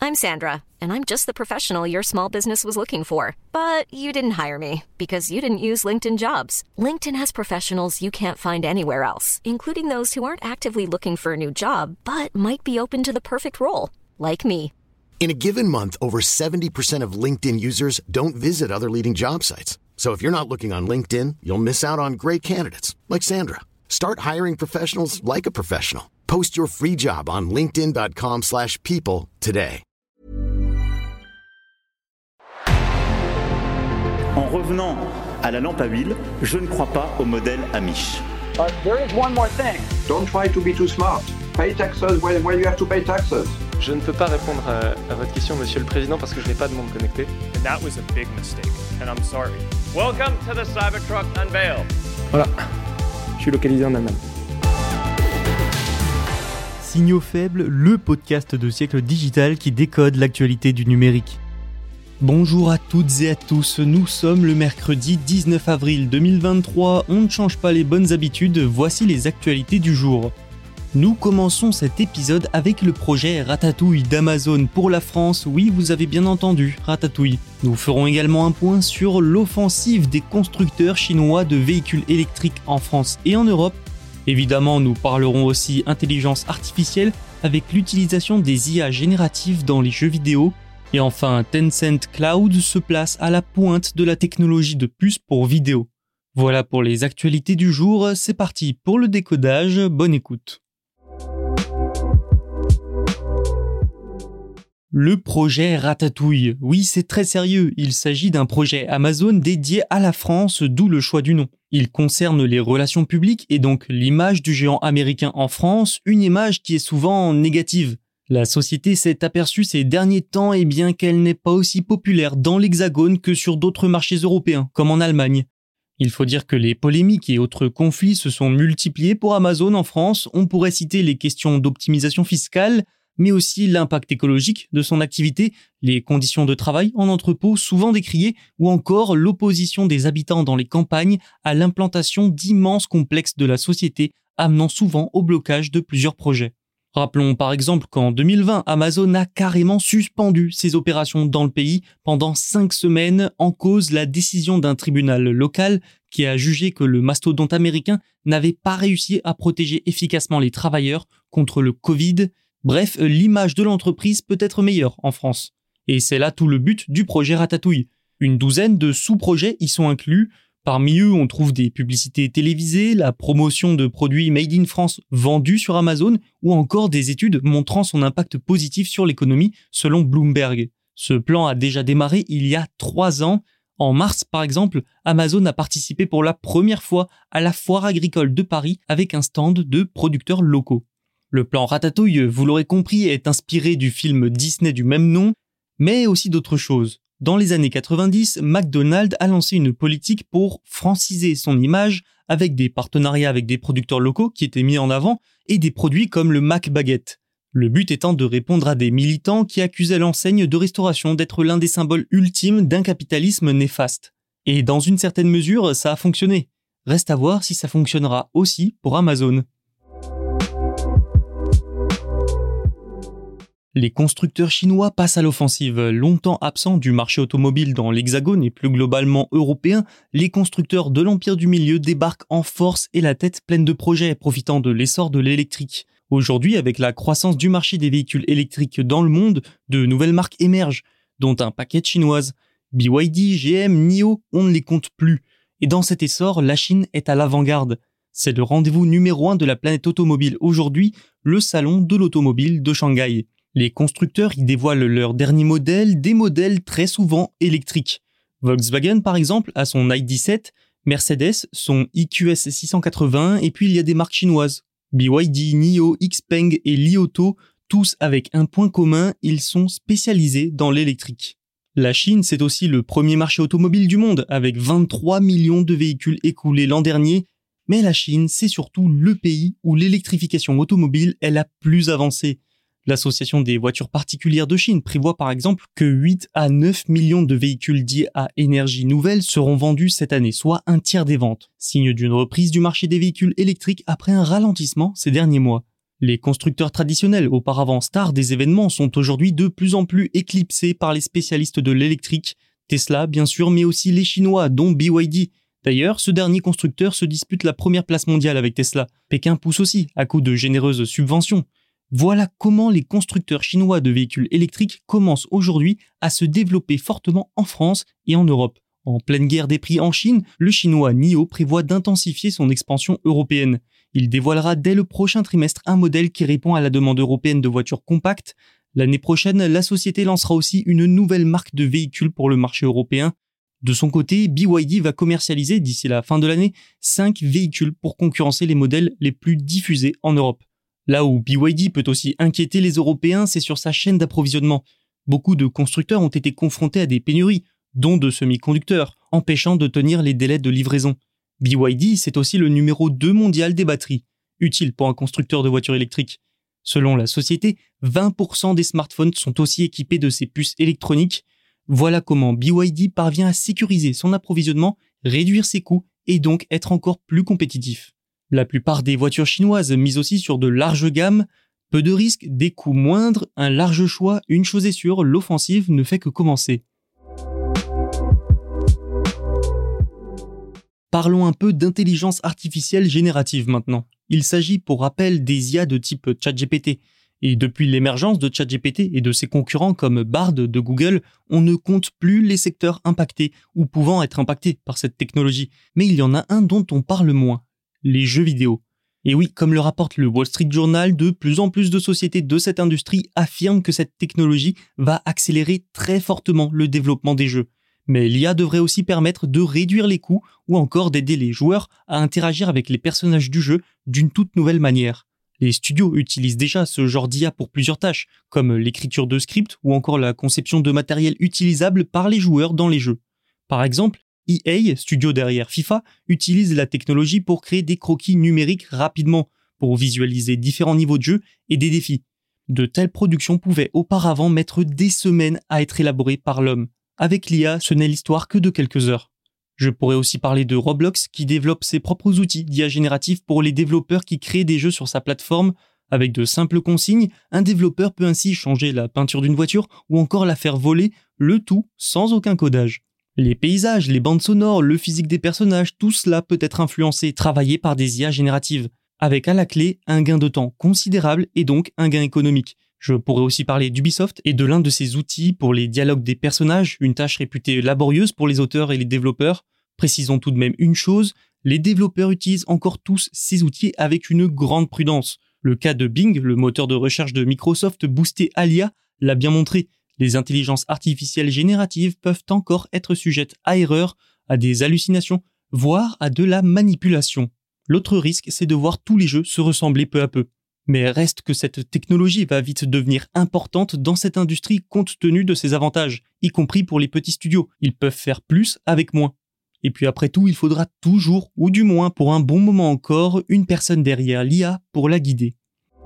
I'm Sandra, and I'm just the professional your small business was looking for. But you didn't hire me because you didn't use LinkedIn Jobs. LinkedIn has professionals you can't find anywhere else, including those who aren't actively looking for a new job, but might be open to the perfect role, like me. In a given month, over 70% of LinkedIn users don't visit other leading job sites. So if you're not looking on LinkedIn, you'll miss out on great candidates like Sandra. Start hiring professionals like a professional. Post your free job on linkedin.com/people today. En revenant à la lampe à huile, je ne crois pas au modèle Amish. But there is one more thing. Don't try to be too smart. Pay taxes when you have to pay taxes. Je ne peux pas répondre à votre question, Monsieur le Président, parce que je n'ai pas de monde connecté. And that was a big mistake, and I'm sorry. Welcome to the Cybertruck Unveil. Voilà, je suis localisé en Allemagne. Signaux faibles, le podcast de Siècle Digital qui décode l'actualité du numérique. Bonjour à toutes et à tous, nous sommes le mercredi 19 avril 2023, on ne change pas les bonnes habitudes, voici les actualités du jour. Nous commençons cet épisode avec le projet Ratatouille d'Amazon pour la France, oui vous avez bien entendu, Ratatouille. Nous ferons également un point sur l'offensive des constructeurs chinois de véhicules électriques en France et en Europe. Évidemment nous parlerons aussi intelligence artificielle avec l'utilisation des IA génératives dans les jeux vidéo. Et enfin, Tencent Cloud se place à la pointe de la technologie de puces pour vidéo. Voilà pour les actualités du jour, c'est parti pour le décodage, bonne écoute. Le projet Ratatouille, oui c'est très sérieux, il s'agit d'un projet Amazon dédié à la France, d'où le choix du nom. Il concerne les relations publiques et donc l'image du géant américain en France, une image qui est souvent négative. La société s'est aperçue ces derniers temps qu'elle n'est pas aussi populaire dans l'Hexagone que sur d'autres marchés européens, comme en Allemagne. Il faut dire que les polémiques et autres conflits se sont multipliés pour Amazon en France. On pourrait citer les questions d'optimisation fiscale, mais aussi l'impact écologique de son activité, les conditions de travail en entrepôt souvent décriées, ou encore l'opposition des habitants dans les campagnes à l'implantation d'immenses complexes de la société, amenant souvent au blocage de plusieurs projets. Rappelons par exemple qu'en 2020, Amazon a carrément suspendu ses opérations dans le pays pendant 5 semaines en cause la décision d'un tribunal local qui a jugé que le mastodonte américain n'avait pas réussi à protéger efficacement les travailleurs contre le Covid. Bref, l'image de l'entreprise peut être meilleure en France. Et c'est là tout le but du projet Ratatouille. Une douzaine de sous-projets y sont inclus. Parmi eux, on trouve des publicités télévisées, la promotion de produits made in France vendus sur Amazon ou encore des études montrant son impact positif sur l'économie selon Bloomberg. Ce plan a déjà démarré il y a 3 ans. En mars, par exemple, Amazon a participé pour la première fois à la foire agricole de Paris avec un stand de producteurs locaux. Le plan Ratatouille, vous l'aurez compris, est inspiré du film Disney du même nom, mais aussi d'autres choses. Dans les années 90, McDonald's a lancé une politique pour franciser son image avec des partenariats avec des producteurs locaux qui étaient mis en avant et des produits comme le McBaguette. Le but étant de répondre à des militants qui accusaient l'enseigne de restauration d'être l'un des symboles ultimes d'un capitalisme néfaste. Et dans une certaine mesure, ça a fonctionné. Reste à voir si ça fonctionnera aussi pour Amazon. Les constructeurs chinois passent à l'offensive. Longtemps absents du marché automobile dans l'Hexagone et plus globalement européen, les constructeurs de l'Empire du Milieu débarquent en force et la tête pleine de projets, profitant de l'essor de l'électrique. Aujourd'hui, avec la croissance du marché des véhicules électriques dans le monde, de nouvelles marques émergent, dont un paquet de chinoises. BYD, GM, NIO, on ne les compte plus. Et dans cet essor, la Chine est à l'avant-garde. C'est le rendez-vous numéro 1 de la planète automobile aujourd'hui, le salon de l'automobile de Shanghai. Les constructeurs y dévoilent leurs derniers modèles, des modèles très souvent électriques. Volkswagen par exemple a son ID.7, Mercedes son EQS 680 et puis il y a des marques chinoises. BYD, NIO, Xpeng et Li Auto, tous avec un point commun, ils sont spécialisés dans l'électrique. La Chine, c'est aussi le premier marché automobile du monde avec 23 millions de véhicules écoulés l'an dernier. Mais la Chine, c'est surtout le pays où l'électrification automobile est la plus avancée. L'Association des voitures particulières de Chine prévoit par exemple que 8 à 9 millions de véhicules dits à énergie nouvelle seront vendus cette année, soit un tiers des ventes, signe d'une reprise du marché des véhicules électriques après un ralentissement ces derniers mois. Les constructeurs traditionnels, auparavant stars des événements, sont aujourd'hui de plus en plus éclipsés par les spécialistes de l'électrique, Tesla bien sûr, mais aussi les Chinois, dont BYD. D'ailleurs, ce dernier constructeur se dispute la première place mondiale avec Tesla. Pékin pousse aussi, à coup de généreuses subventions. Voilà comment les constructeurs chinois de véhicules électriques commencent aujourd'hui à se développer fortement en France et en Europe. En pleine guerre des prix en Chine, le chinois NIO prévoit d'intensifier son expansion européenne. Il dévoilera dès le prochain trimestre un modèle qui répond à la demande européenne de voitures compactes. L'année prochaine, la société lancera aussi une nouvelle marque de véhicules pour le marché européen. De son côté, BYD va commercialiser d'ici la fin de l'année 5 véhicules pour concurrencer les modèles les plus diffusés en Europe. Là où BYD peut aussi inquiéter les Européens, c'est sur sa chaîne d'approvisionnement. Beaucoup de constructeurs ont été confrontés à des pénuries, dont de semi-conducteurs, empêchant de tenir les délais de livraison. BYD, c'est aussi le numéro 2 mondial des batteries, utile pour un constructeur de voitures électriques. Selon la société, 20% des smartphones sont aussi équipés de ces puces électroniques. Voilà comment BYD parvient à sécuriser son approvisionnement, réduire ses coûts et donc être encore plus compétitif. La plupart des voitures chinoises misent aussi sur de larges gammes, peu de risques, des coûts moindres, un large choix, une chose est sûre, l'offensive ne fait que commencer. Parlons un peu d'intelligence artificielle générative maintenant. Il s'agit pour rappel des IA de type ChatGPT. Et depuis l'émergence de ChatGPT et de ses concurrents comme Bard de Google, on ne compte plus les secteurs impactés ou pouvant être impactés par cette technologie. Mais il y en a un dont on parle moins, les jeux vidéo. Et oui, comme le rapporte le Wall Street Journal, de plus en plus de sociétés de cette industrie affirment que cette technologie va accélérer très fortement le développement des jeux. Mais l'IA devrait aussi permettre de réduire les coûts ou encore d'aider les joueurs à interagir avec les personnages du jeu d'une toute nouvelle manière. Les studios utilisent déjà ce genre d'IA pour plusieurs tâches, comme l'écriture de scripts ou encore la conception de matériel utilisable par les joueurs dans les jeux. Par exemple, EA, studio derrière FIFA, utilise la technologie pour créer des croquis numériques rapidement, pour visualiser différents niveaux de jeu et des défis. De telles productions pouvaient auparavant mettre des semaines à être élaborées par l'homme. Avec l'IA, ce n'est l'histoire que de quelques heures. Je pourrais aussi parler de Roblox qui développe ses propres outils d'IA générative pour les développeurs qui créent des jeux sur sa plateforme. Avec de simples consignes, un développeur peut ainsi changer la peinture d'une voiture ou encore la faire voler, le tout sans aucun codage. Les paysages, les bandes sonores, le physique des personnages, tout cela peut être influencé et travaillé par des IA génératives, avec à la clé un gain de temps considérable et donc un gain économique. Je pourrais aussi parler d'Ubisoft et de l'un de ses outils pour les dialogues des personnages, une tâche réputée laborieuse pour les auteurs et les développeurs. Précisons tout de même une chose, les développeurs utilisent encore tous ces outils avec une grande prudence. Le cas de Bing, le moteur de recherche de Microsoft boosté à l'IA, l'a bien montré. Les intelligences artificielles génératives peuvent encore être sujettes à erreurs, à des hallucinations, voire à de la manipulation. L'autre risque, c'est de voir tous les jeux se ressembler peu à peu. Mais reste que cette technologie va vite devenir importante dans cette industrie compte tenu de ses avantages, y compris pour les petits studios. Ils peuvent faire plus avec moins. Et puis après tout, il faudra toujours, ou du moins pour un bon moment encore, une personne derrière l'IA pour la guider.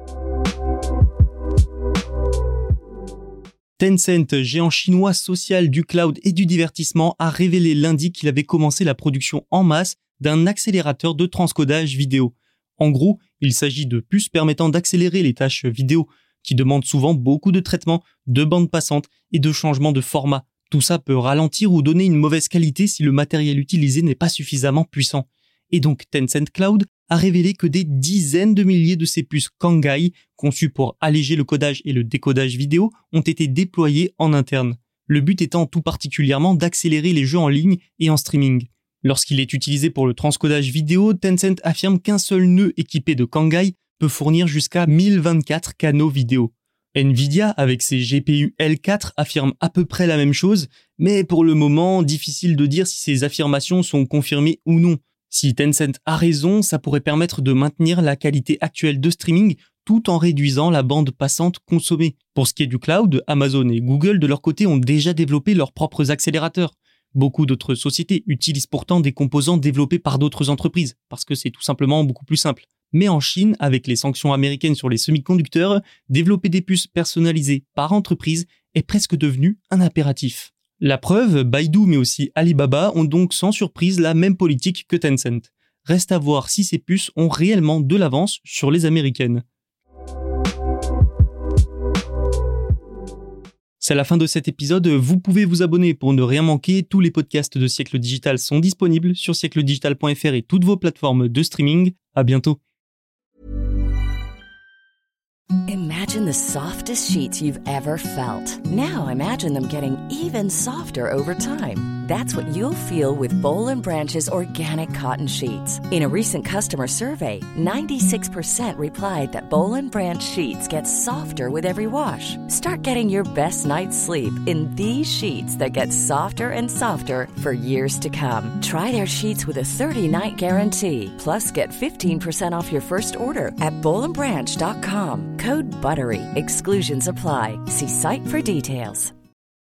Tencent, géant chinois social du cloud et du divertissement, a révélé lundi qu'il avait commencé la production en masse d'un accélérateur de transcodage vidéo. En gros, il s'agit de puces permettant d'accélérer les tâches vidéo, qui demandent souvent beaucoup de traitements, de bandes passantes et de changements de format. Tout ça peut ralentir ou donner une mauvaise qualité si le matériel utilisé n'est pas suffisamment puissant. Et donc Tencent Cloud a révélé que des dizaines de milliers de ces puces Kangai, conçues pour alléger le codage et le décodage vidéo, ont été déployées en interne. Le but étant tout particulièrement d'accélérer les jeux en ligne et en streaming. Lorsqu'il est utilisé pour le transcodage vidéo, Tencent affirme qu'un seul nœud équipé de Kangai peut fournir jusqu'à 1024 canaux vidéo. Nvidia, avec ses GPU L4, affirme à peu près la même chose, mais pour le moment, difficile de dire si ces affirmations sont confirmées ou non. Si Tencent a raison, ça pourrait permettre de maintenir la qualité actuelle de streaming tout en réduisant la bande passante consommée. Pour ce qui est du cloud, Amazon et Google de leur côté ont déjà développé leurs propres accélérateurs. Beaucoup d'autres sociétés utilisent pourtant des composants développés par d'autres entreprises, parce que c'est tout simplement beaucoup plus simple. Mais en Chine, avec les sanctions américaines sur les semi-conducteurs, développer des puces personnalisées par entreprise est presque devenu un impératif. La preuve, Baidu mais aussi Alibaba ont donc sans surprise la même politique que Tencent. Reste à voir si ces puces ont réellement de l'avance sur les américaines. C'est la fin de cet épisode, vous pouvez vous abonner pour ne rien manquer. Tous les podcasts de Siècle Digital sont disponibles sur siècledigital.fr et toutes vos plateformes de streaming. À bientôt. Imagine the softest sheets you've ever felt. Now imagine them getting even softer over time. That's what you'll feel with Boll & Branch's organic cotton sheets. In a recent customer survey, 96% replied that Boll & Branch sheets get softer with every wash. Start getting your best night's sleep in these sheets that get softer and softer for years to come. Try their sheets with a 30-night guarantee. Plus, get 15% off your first order at bollandbranch.com. Code BUTTERY. Exclusions apply. See site for details.